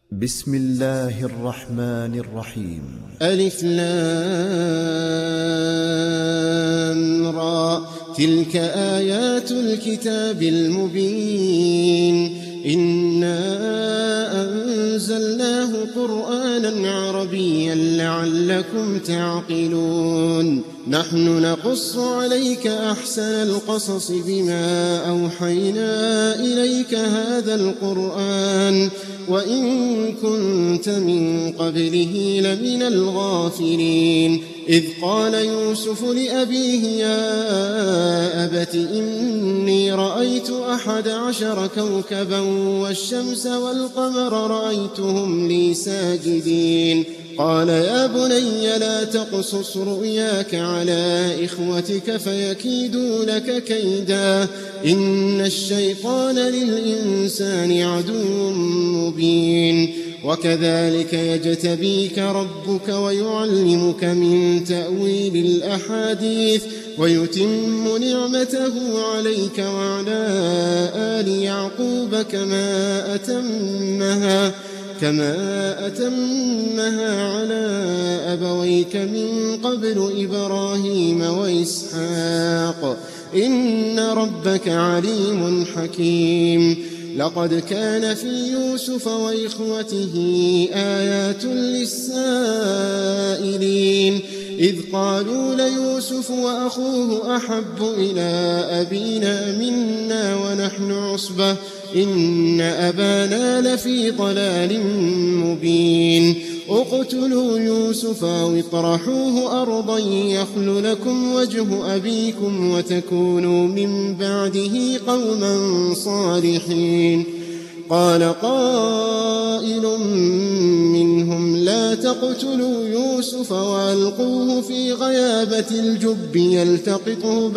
بسم الله الرحمن الرحيم. ألف لام را، تلك آيات الكتاب المبين. إنا أنزلناه قرآنا عربيا لعلكم تعقلون. نحن نقص عليك أحسن القصص بما أوحينا إليك هذا القرآن وإن كنت من قبله لمن الغافلين. إذ قال يوسف لأبيه يا أبت إني رأيت 11 كوكبا والشمس والقمر رأيتهم لي ساجدين. قال يا بني لا تقصص رؤياك على إخوتك فيكيدوا لك كيدا، إن الشيطان للإنسان عدو مبين. وكذلك يجتبيك ربك ويعلمك من تأويل الأحاديث ويتم نعمته عليك وعلى آل يعقوب كما أتمها على أبويك من قبل إبراهيم وإسحاق، إن ربك عليم حكيم. لقد كان في يوسف وإخوته آيات للسائلين، إذ قالوا ليوسف وأخوه أحب إلى أبينا منا ونحن عصبة إن أبانا لفي ضلال مبين. اقتلوا يوسف أو اطرحوه أرضا يخل لكم وجه أبيكم وتكونوا من بعده قوما صالحين. قال قائل منهم لا تقتلوا يوسف وألقوه في غيابة الجب يلتقطه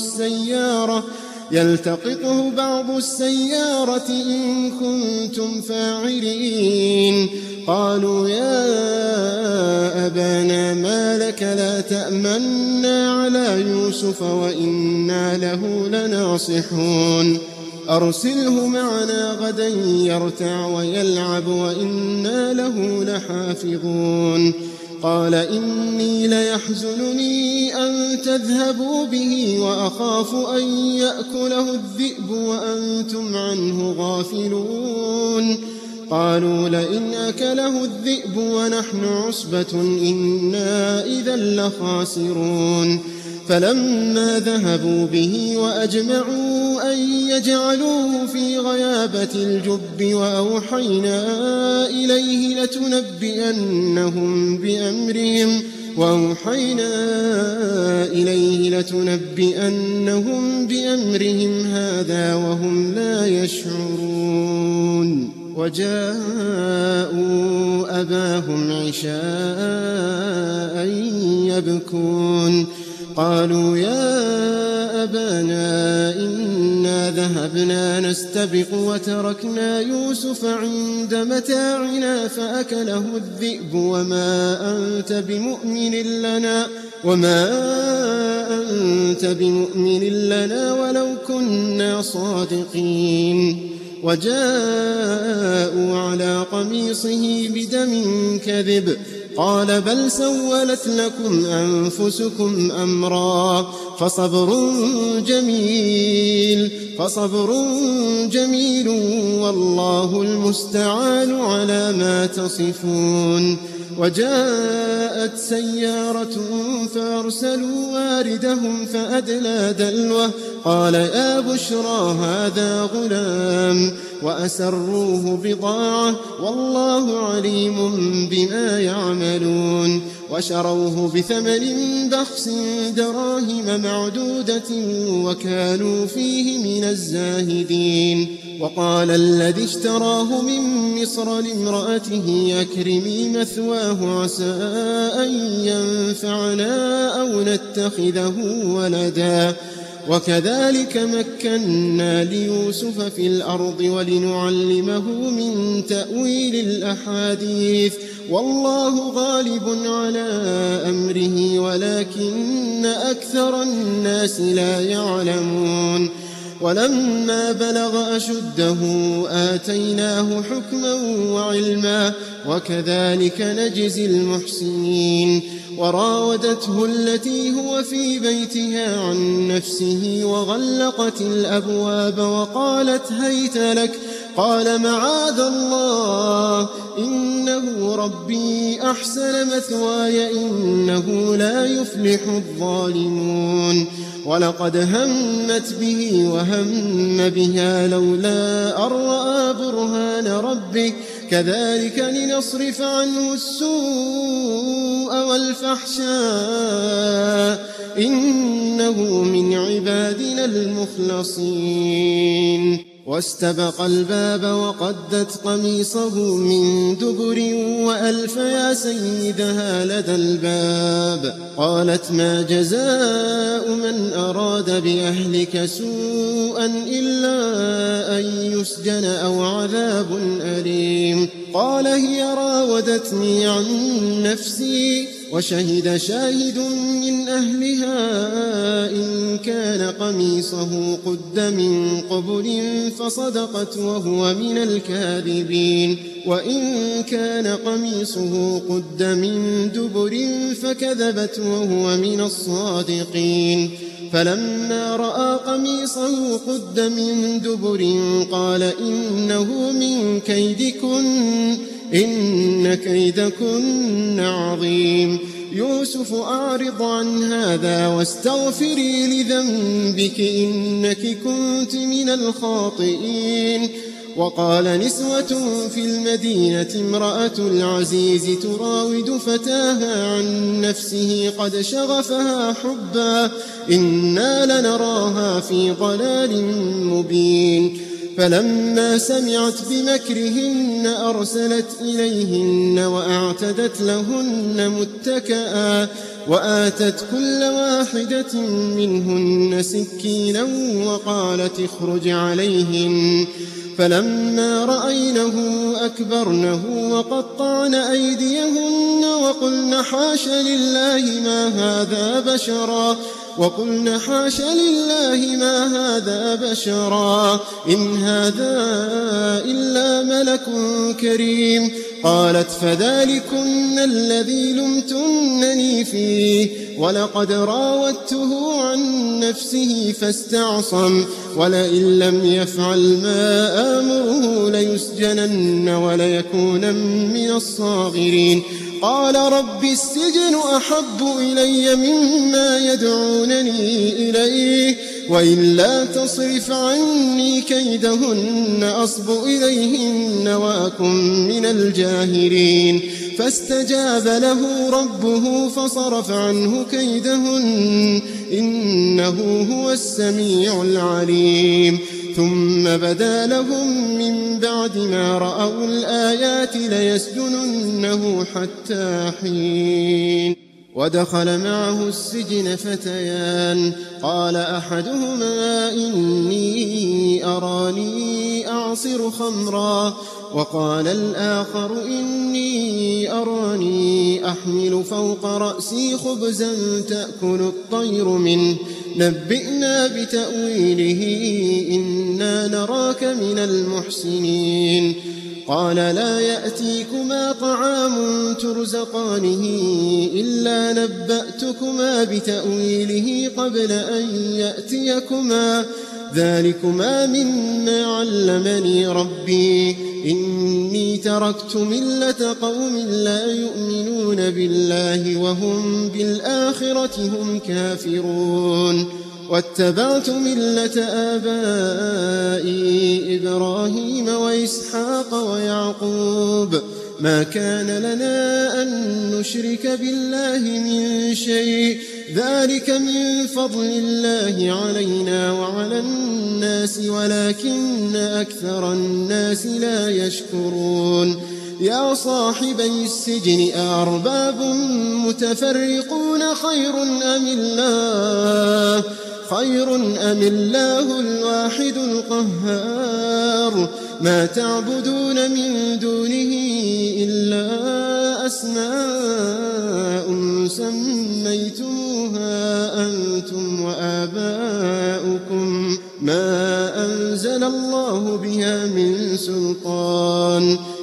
بعض السيارة إن كنتم فاعلين. قالوا يا أبانا ما لك لا تأمنا على يوسف وإنا له لناصحون. أرسله معنا غدا يرتع ويلعب وإنا له لحافظون. قال إني ليحزنني أن تذهبوا به وأخاف أن يأكله الذئب وأنتم عنه غافلون. قالوا لئن أكله الذئب ونحن عصبة إنا إذا لخاسرون. فلما ذهبوا به وأجمعوا أن يجعلوه في غيابة الجب وأوحينا إليه لتنبئنهم بأمرهم هذا وهم لا يشعرون. وجاءوا أباهم عشاء يبكون. قالوا يا أبانا إنا ذهبنا نستبق وتركنا يوسف عند متاعنا فأكله الذئب وما أنت بمؤمن لنا ولو كنا صادقين. وجاءوا على قميصه بدم كذب. قال بل سولت لكم أنفسكم أمرا فصبر جميل والله المستعان على ما تصفون. وجاءت سيارة فأرسلوا واردهم فأدلى دلوه. قال يا بشرى هذا غلام وأسروه بضاعة والله عليم بما يعملون. وشروه بثمن بخس دراهم معدودة وكانوا فيه من الزاهدين. وقال الذي اشتراه من مصر لامرأته أكرمي مثواه عسى أن ينفعنا أو نتخذه ولدا. وكذلك مكنا ليوسف في الأرض ولنعلمه من تأويل الأحاديث والله غالب على أمره ولكن أكثر الناس لا يعلمون. ولما بلغ أشده آتيناه حكما وعلما وكذلك نجزي المحسنين. وراودته التي هو في بيتها عن نفسه وغلقت الأبواب وقالت هيت لك، قال معاذ الله إنه ربي أحسن مثواي إنه لا يفلح الظالمون. ولقد همت به وهم بها لولا أن رأى برهان ربه كذلك لنصرف عنه السوء والفحشاء إنه من عبادنا المخلصين. واستبق الباب وقدت قميصه من دبر وألف يا سيدها لدى الباب. قالت ما جزاء من أراد بأهلك سوءا إلا أن يسجن أو عذاب أليم. قال هي راودتني عن نفسي وشهد شاهد من أهلها إن كان قميصه قد من قبل فصدقت وهو من الكاذبين وإن كان قميصه قد من دبر فكذبت وهو من الصادقين. فلما رأى قميصه قد من دبر قال إنه من كيدكن إن كيدكن عظيم. يوسف أعرض عن هذا واستغفري لذنبك إنك كنت من الخاطئين. وقال نسوة في المدينة امرأة العزيز تراود فتاها عن نفسه قد شغفها حبا إنا لنراها في ضلال مبين. فلما سمعت بمكرهن أرسلت إليهن وأعتدت لهن متكئا وآتت كل واحدة منهن سكينا وقالت اخرج عليهن. فلما رأينه أكبرنه وقطعن أيديهن وقلن حاش لله ما هذا بشرا إن هذا إلا ملك كريم. قالت فذلكن الذي لمتنني فيه ولقد راودته عن نفسه فاستعصم ولئن لم يفعل ما آمره ليسجنن وليكون من الصاغرين. قال رب السجن أحب إلي مما يدعونني إليه وإلا تصرف عني كيدهن أصب إليهن وأكن من الجاهلين. فاستجاب له ربه فصرف عنه كيدهن إنه هو السميع العليم. ثم بدا لهم من بعد ما رأوا الآيات ليسجننه حتى حين. ودخل معه السجن فتيان قال أحدهما إني أراني أعصر خمرا وقال الآخر إني أراني أحمل فوق رأسي خبزا تأكل الطير منه نبئنا بتأويله إنا نراك من المحسنين. قال لا يأتيكما طعام ترزقانه إلا نبأتكما بتأويله قبل أن يأتيكما ذلكما مما علمني ربي إني تركت ملة قوم لا يؤمنون بالله وهم بالآخرة هم كافرون واتبعت ملة آبائي إبراهيم وإسحاق ويعقوب ما كان لنا أن نشرك بالله من شيء ذلك من فضل الله علينا وعلى الناس ولكن أكثر الناس لا يشكرون. يا صاحبي السجن أأرباب متفرقون خير أم الله الواحد القهار ما تعبدون من دونه إلا أسماء سميتموها أنتم وآباؤكم ما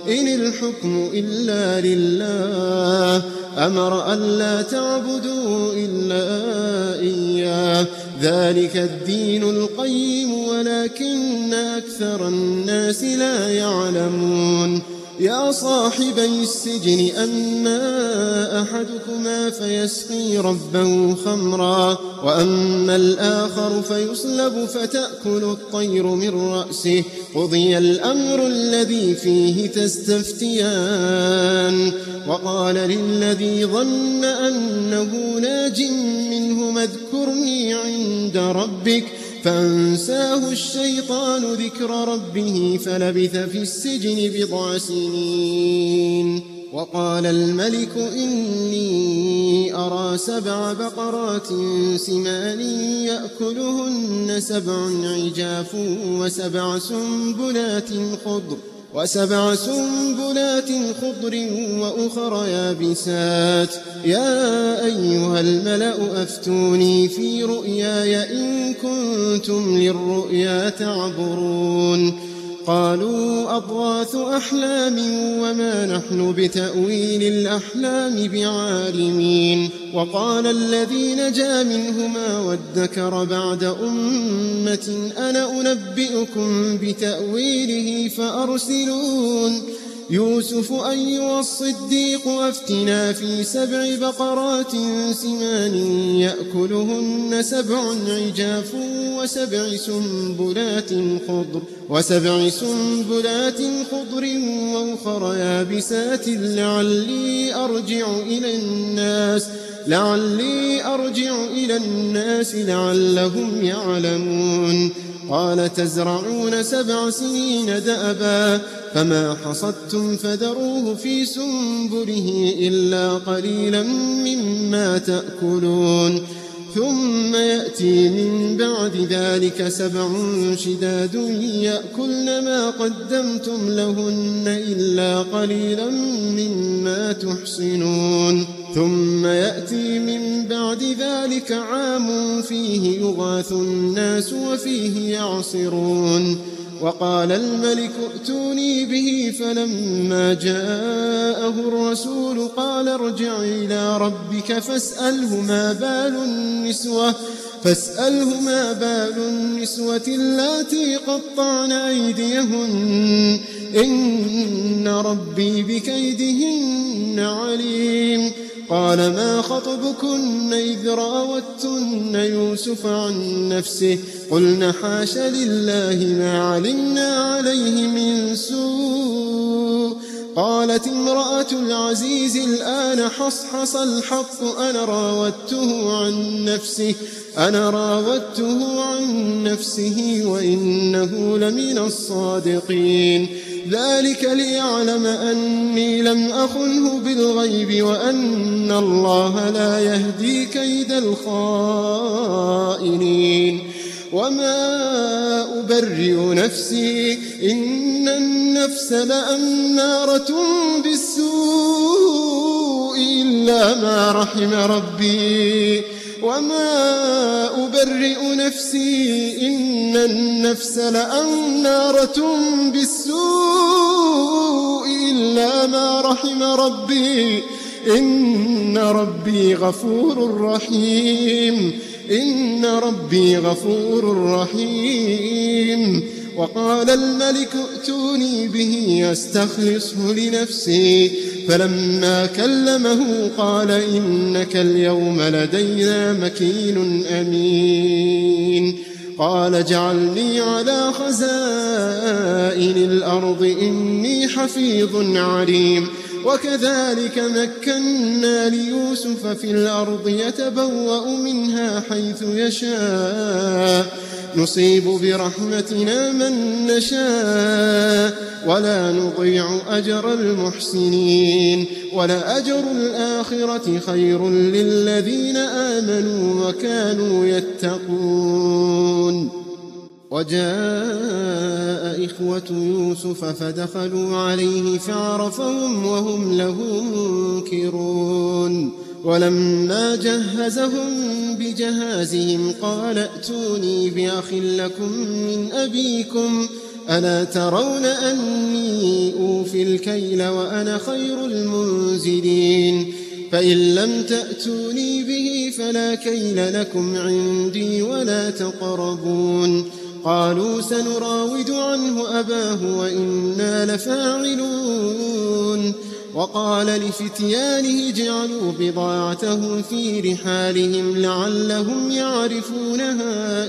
إن الحكم إلا لله أمر ألا تعبدوا إلا إياه ذلك الدين القيم ولكن أكثر الناس لا يعلمون يا صاحبي السجن أما أحدكما فيسقي ربه خمرا وأما الآخر فيصلب فتأكل الطير من رأسه قضي الأمر الذي فيه تستفتيان وقال للذي ظن أنه ناج منهما اذكرني عند ربك فأنساه الشيطان ذكر ربه فلبث في السجن 10 سنين وقال الملك إني أرى 7 بقرات سمان يأكلهن 7 عجاف وسبع سنبلات خضر وأخر يابسات يا أيها الملأ أفتوني في رؤياي إن كنتم للرؤيا تعبرون قالوا أضغاث أحلام وما نحن بتأويل الأحلام بعالمين وقال الذي نجا منهما وادكر بعد أمة أنا أنبئكم بتأويله فأرسلون يوسف أيها الصديق أفتنا في 7 بقرات سمان يأكلهن 7 عجاف وسبع سنبلات خضر وأخر يابسات لعلي أرجع إلى الناس لعلهم يعلمون قال تزرعون 7 سنين دأبا فما حصدتم فذروه في سنبله إلا قليلا مما تأكلون ثم يأتي من بعد ذلك 7 شداد يأكلن ما قدمتم لهن إلا قليلا مما تحصنون ثم يأتي من بعد ذلك عام فيه يغاث الناس وفيه يعصرون وقال الملك ائتوني به فلما جاءه الرسول قال ارجع إلى ربك فاسأله ما بال النسوة اللاتي قطعن أيديهن إن ربي بكيدهن عليم قال ما خطبكن إذ راوتن يوسف عن نفسه قلن حاش لله ما علمنا عليه من سوء قالت امرأة العزيز الآن حصحص الحق أنا راودته عن نفسه وإنه لمن الصادقين ذلك ليعلم أني لم أخنه بالغيب وأن الله لا يهدي كيد الخائنين وما أبرئ نفسي إن النفس لأمارة بالسوء إلا ما رحم ربي إن ربي غفور رحيم وقال الملك ائتوني به يستخلصه لنفسي فلما كلمه قال إنك اليوم لدينا مكين أمين قال اجعلني على خزائن الأرض إني حفيظ عليم وكذلك مكنا ليوسف في الأرض يتبوأ منها حيث يشاء نصيب برحمتنا من نشاء ولا نضيع أجر المحسنين ولأجر الآخرة خير للذين آمنوا وكانوا يتقون وجاء إخوة يوسف فدخلوا عليه فعرفهم وهم له منكرون ولما جهزهم بجهازهم قال ائتوني بأخ لكم من أبيكم ألا ترون أني أوفي الكيل وأنا خير المنزلين فإن لم تأتوني به فلا كيل لكم عندي ولا تقربون قالوا سنراود عنه أباه وإنا لفاعلون وقال لفتيانه اجعلوا بضاعتهم في رحالهم لعلهم يعرفونها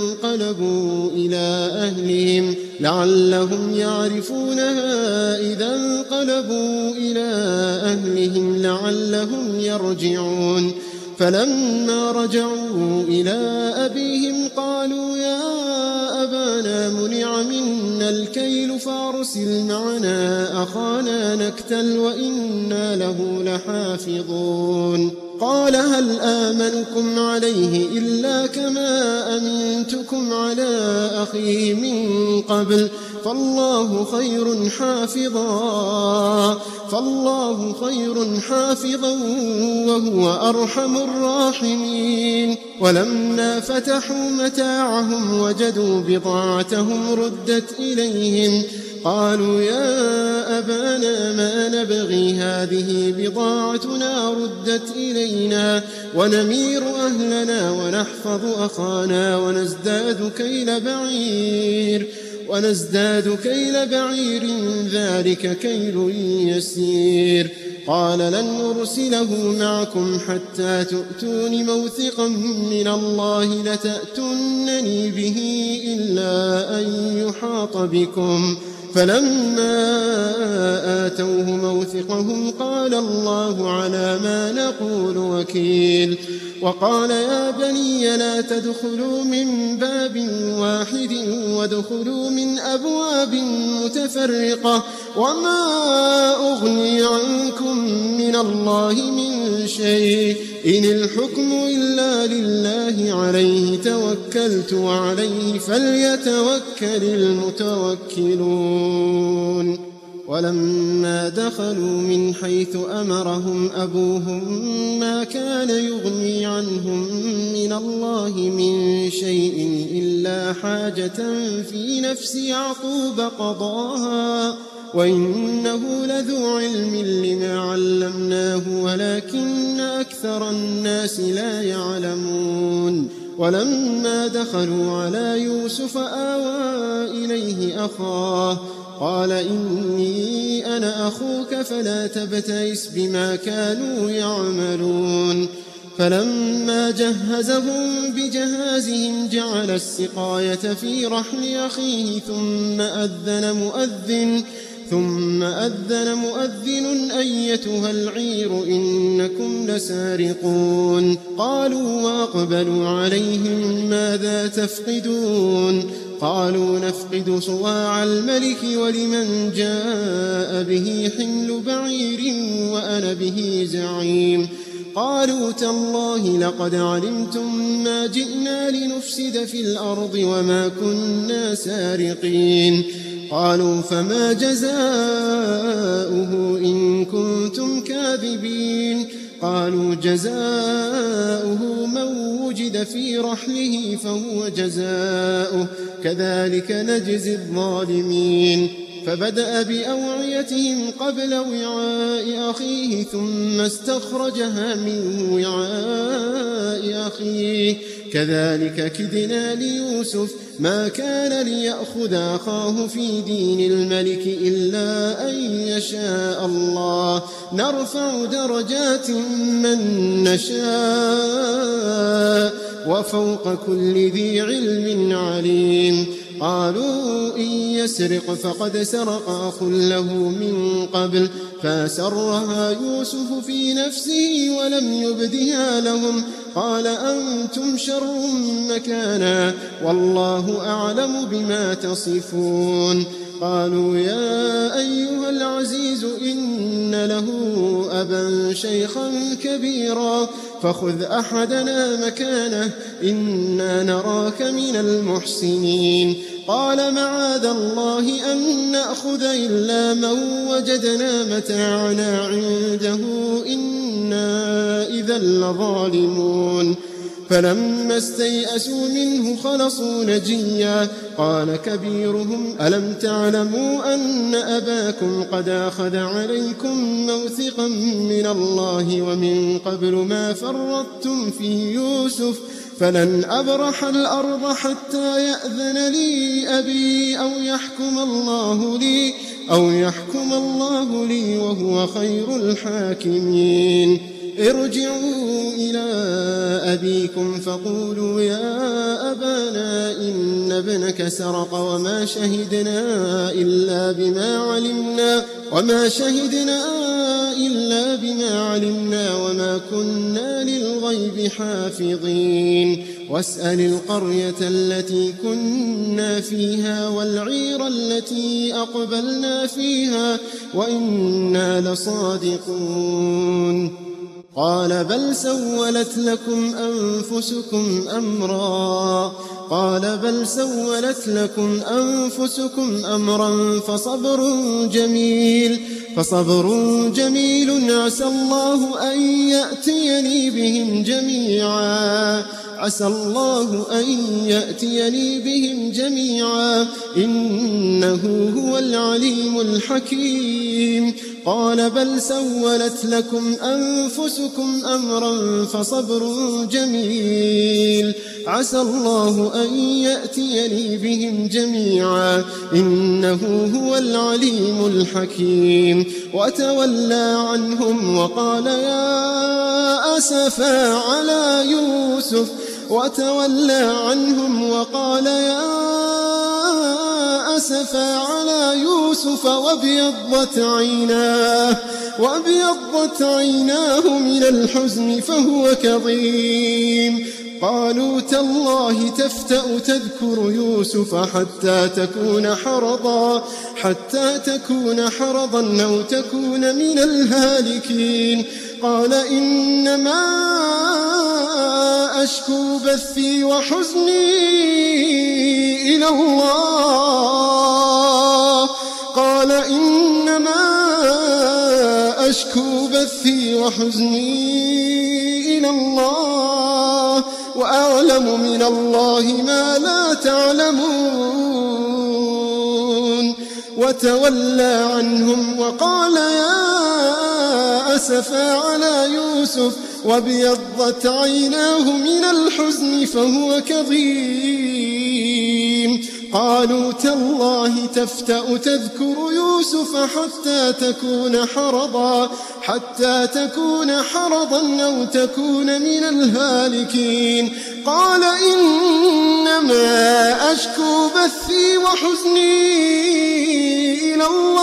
إذا انقلبوا إلى أهلهم لعلهم يرجعون فلما رجعوا إلى أبيهم قالوا يا أبانا منع منا الكيل فأرسل معنا أخانا نكتل وإنا له لحافظون قال هل آمنكم عليه إلا كما أمنتكم على أخيه من قبل فالله خير حافظا وهو أرحم الراحمين ولما فتحوا متاعهم وجدوا بضاعتهم ردت إليهم قالوا يا أبانا ما نبغي هذه بضاعتنا ردت إلينا ونمير أهلنا ونحفظ أخانا ونزداد كيل بعير ذلك كيل يسير قال لن أرسله معكم حتى تؤتون موثقا من الله لتأتونني به إلا أن يحاط بكم فلما آتوه موثقهم قال الله على ما نقول وكيل وقال يا بني لا تدخلوا من باب واحد وادخلوا من أبواب متفرقة وما أغني عنكم من الله من شيء إن الحكم إلا لله عليه توكلت وعليه فليتوكل المتوكلون ولما دخلوا من حيث أمرهم أبوهم ما كان يغني عنهم من الله من شيء إلا حاجة في نفس يعقوب قضاها وإنه لذو علم لما علمناه ولكن أكثر الناس لا يعلمون ولما دخلوا على يوسف آوى إليه أخاه قال إني أنا أخوك فلا تبتئس بما كانوا يعملون فلما جهزهم بجهازهم جعل السقاية في رحل أخيه ثم أذن مؤذن أيتها العير إنكم لسارقون قالوا وأقبلوا عليهم ماذا تفقدون قالوا نفقد صواع الملك ولمن جاء به حمل بعير وأنا به زعيم قالوا تالله لقد علمتم ما جئنا لنفسد في الأرض وما كنا سارقين قالوا فما جزاؤه إن كنتم كاذبين قالوا جزاؤه من وجد في رحله فهو جزاؤه كذلك نجزي الظالمين فبدأ بأوعيتهم قبل وعاء أخيه ثم استخرجها من وعاء أخيه كذلك كدنا ليوسف ما كان ليأخذ أخاه في دين الملك إلا أن يشاء الله نرفع درجات من نشاء وفوق كل ذي علم عليم قالوا إن يسرق فقد سرق أخ له من قبل فأسرها يوسف في نفسه ولم يبدها لهم قال أنتم شر مكانا والله أعلم بما تصفون قالوا يا أيها العزيز إن له أبا شيخا كبيرا فخذ أحدنا مكانه إنا نراك من المحسنين قال معاذ الله أن نأخذ إلا من وجدنا متاعنا عنده إنا إذا لظالمون فلما استيئسوا منه خلصوا نجيا قال كبيرهم ألم تعلموا أن أباكم قد أخذ عليكم موثقا من الله ومن قبل ما فرطتم في يوسف فلن أبرح الأرض حتى يأذن لي أبي أو يحكم الله لي وهو خير الحاكمين ارجعوا إلى أبيكم فقولوا يا أبانا إن ابنك سرق وما شهدنا إلا بما علمنا وما كنا للغيب حافظين واسأل القرية التي كنا فيها والعير التي أقبلنا فيها وإنا لصادقون قال بل سولت لكم أنفسكم أمرا فصبر جميل عسى الله أن يأتيني بهم جميعا إنه هو العليم الحكيم قال بل سولت لكم أنفسكم أمرا فصبر جميل عسى الله أن يأتيني بهم جميعا إنه هو العليم الحكيم وتولى عنهم وقال يا أسفا على يوسف وابيضت عيناه من الحزن فهو كظيم قالوا تالله تفتأ تذكر يوسف حتى تكون حرضا أو تكون من الهالكين قال إنما أشكو بثي وحزني إلى الله وأعلم من الله ما لا تعلمون وتولى عنهم وقال يا أسفا على يوسف وابيضت عيناه من الحزن فهو كظيم قالوا تالله تفتأ تذكر يوسف حتى تكون حرضا أو تكون من الهالكين قال إنما أشكو بثي وحزني إلى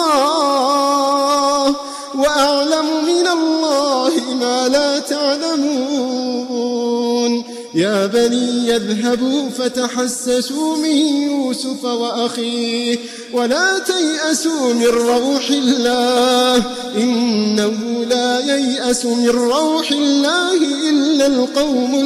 الله وأعلم من الله ما لا تعلمون يا بني يذهبوا فتحسسوا من يوسف وأخيه ولا تيأسوا من روح الله إنه لا ييأس من روح الله إلا القوم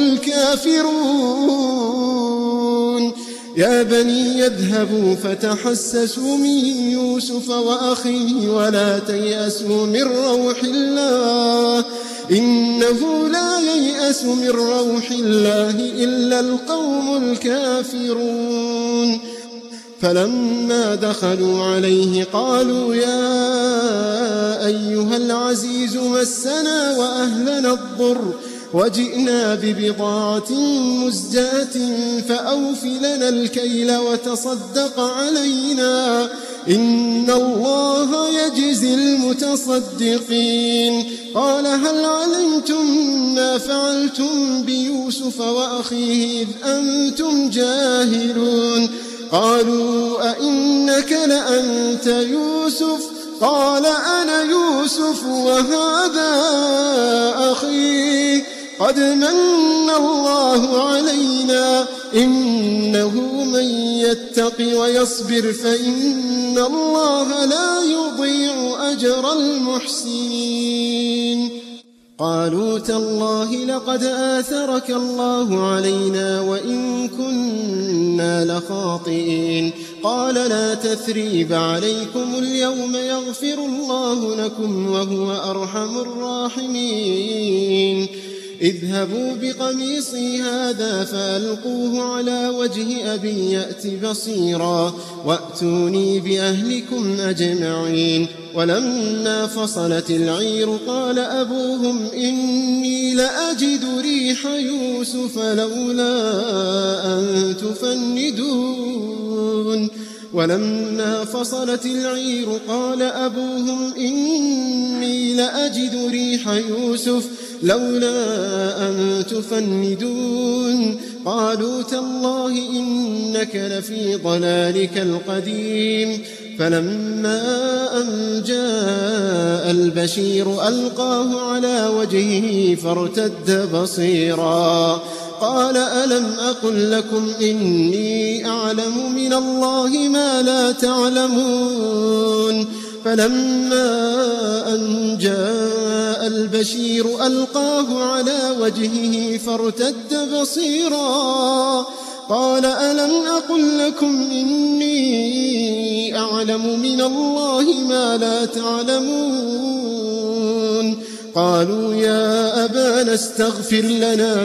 الكافرون يا بني يذهبوا فتحسسوا من يوسف وأخيه ولا تيأسوا من روح الله إنه لا ييأس من روح الله إلا القوم الكافرون فلما دخلوا عليه قالوا يا أيها العزيز مسنا وأهلنا الضر وجئنا ببضاعة مزجاة فأوف لنا الكيل وتصدق علينا إن الله يجزي المتصدقين قال هل علمتم ما فعلتم بيوسف وأخيه إذ أنتم جاهلون قالوا أئنك لأنت يوسف قال أنا يوسف وهذا أخي قد من الله علينا إنه من يتق ويصبر فإن الله لا يضيع أجر المحسنين قالوا تالله لقد آثرك الله علينا وإن كنا لخاطئين قال لا تثريب عليكم اليوم يغفر الله لكم وهو أرحم الراحمين اذهبوا بقميصي هذا فألقوه على وجه أبي يأت بصيرا وأتوني بأهلكم أجمعين. ولما فصلت العير قال أبوهم إني لأجد ريح يوسف لولا أن تفندون. ولما فصلت العير قال أبوهم إني لأجد ريح يوسف لولا أن تفندون. قالوا تالله إنك لفي ضلالك القديم. فلما أن جاء البشير ألقاه على وجهه فارتد بصيرا قال ألم أقل لكم إني أعلم من الله ما لا تعلمون. فلما أن جاء البشير ألقاه على وجهه فارتد بصيرا قال ألم أقل لكم إني أعلم من الله ما لا تعلمون. قالوا يا أبانا استغفر لنا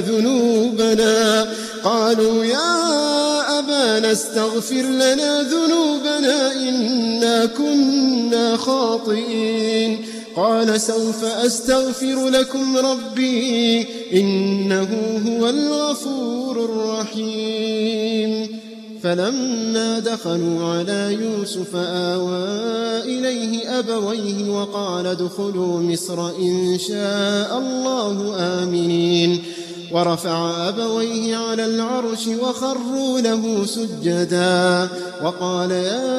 ذنوبنا إنا كنا خاطئين. قال سوف أستغفر لكم ربي إنه هو الغفور الرحيم. فلما دخلوا على يوسف آوى إليه أبويه وقال ادخلوا مصر إن شاء الله آمنين. ورفع أبويه على العرش وخروا له سجدا وقال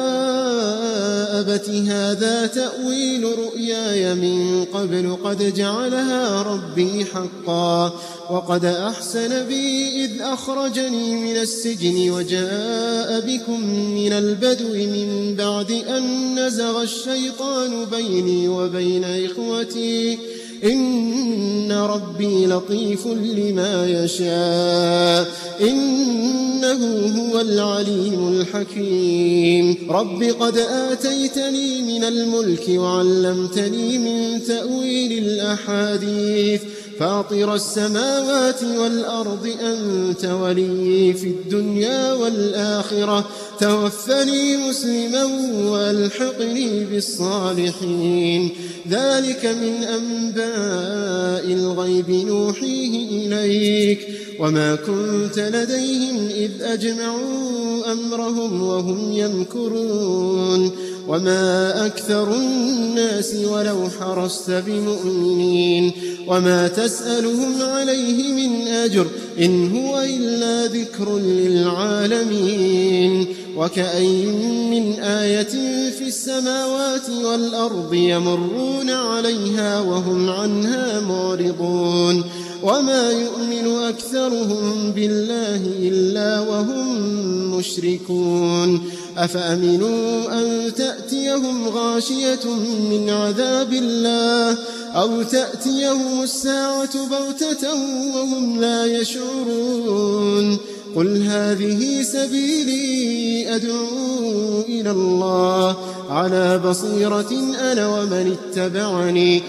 يا أبت هذا تأويل رؤياي من قبل قد جعلها ربي حقا وقد أحسن بي إذ أخرجني من السجن وجاء بكم من البدو من بعد أن نزغ الشيطان بيني وبين إخوتي إن ربي لطيف لما يشاء إنه هو العليم الحكيم. رب قد آتيتني من الملك وعلمتني من تأويل الأحاديث فاطر السماوات والأرض أنت ولي في الدنيا والآخرة توفني مسلما والحقني بالصالحين. ذلك من أنباء الغيب نوحيه إليك وما كنت لديهم إذ أجمعوا أمرهم وهم يمكرون. وما أكثر الناس ولو حرصت بمؤمنين وما تسألهم عليه من أجر إن هو إلا ذكر للعالمين. وكأين من آية في السماوات والأرض يمرون عليها وهم عنها معرضون. وما يؤمن أكثرهم بالله إلا وهم مشركون. أفأمنوا أن تأتيهم غاشية من عذاب الله أو تأتيهم الساعة بغتة وهم لا يشعرون. قل هذه سبيلي أدعو إلى الله على بصيرة أنا ومن اتبعني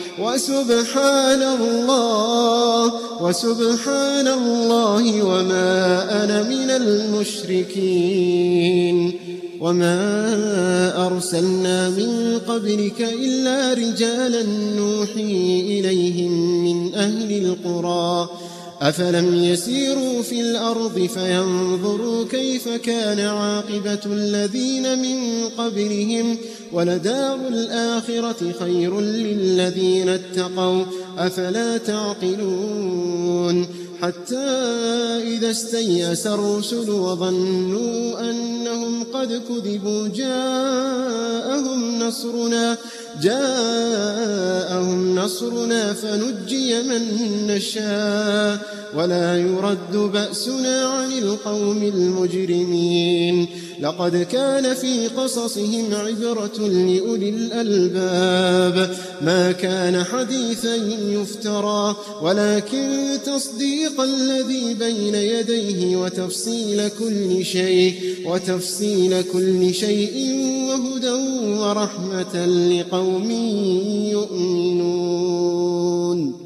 وسبحان الله وما أنا من المشركين. وما أرسلنا من قبلك إلا رجالا نوحي إليهم من أهل القرى أفلم يسيروا في الأرض فينظروا كيف كان عاقبة الذين من قبلهم ولدار الآخرة خير للذين اتقوا أفلا تعقلون. حتى إذا استيأس الرسل وظنوا أنهم قد كذبوا جاءهم نصرنا فنجي من نشاء ولا يرد بأسنا عن القوم المجرمين. لقد كان في قصصهم عبرة لأولي الألباب ما كان حديثا يفترى ولكن تصديق الذي بين يديه وتفصيل كل شيء وهدى ورحمة لقوم يؤمنون.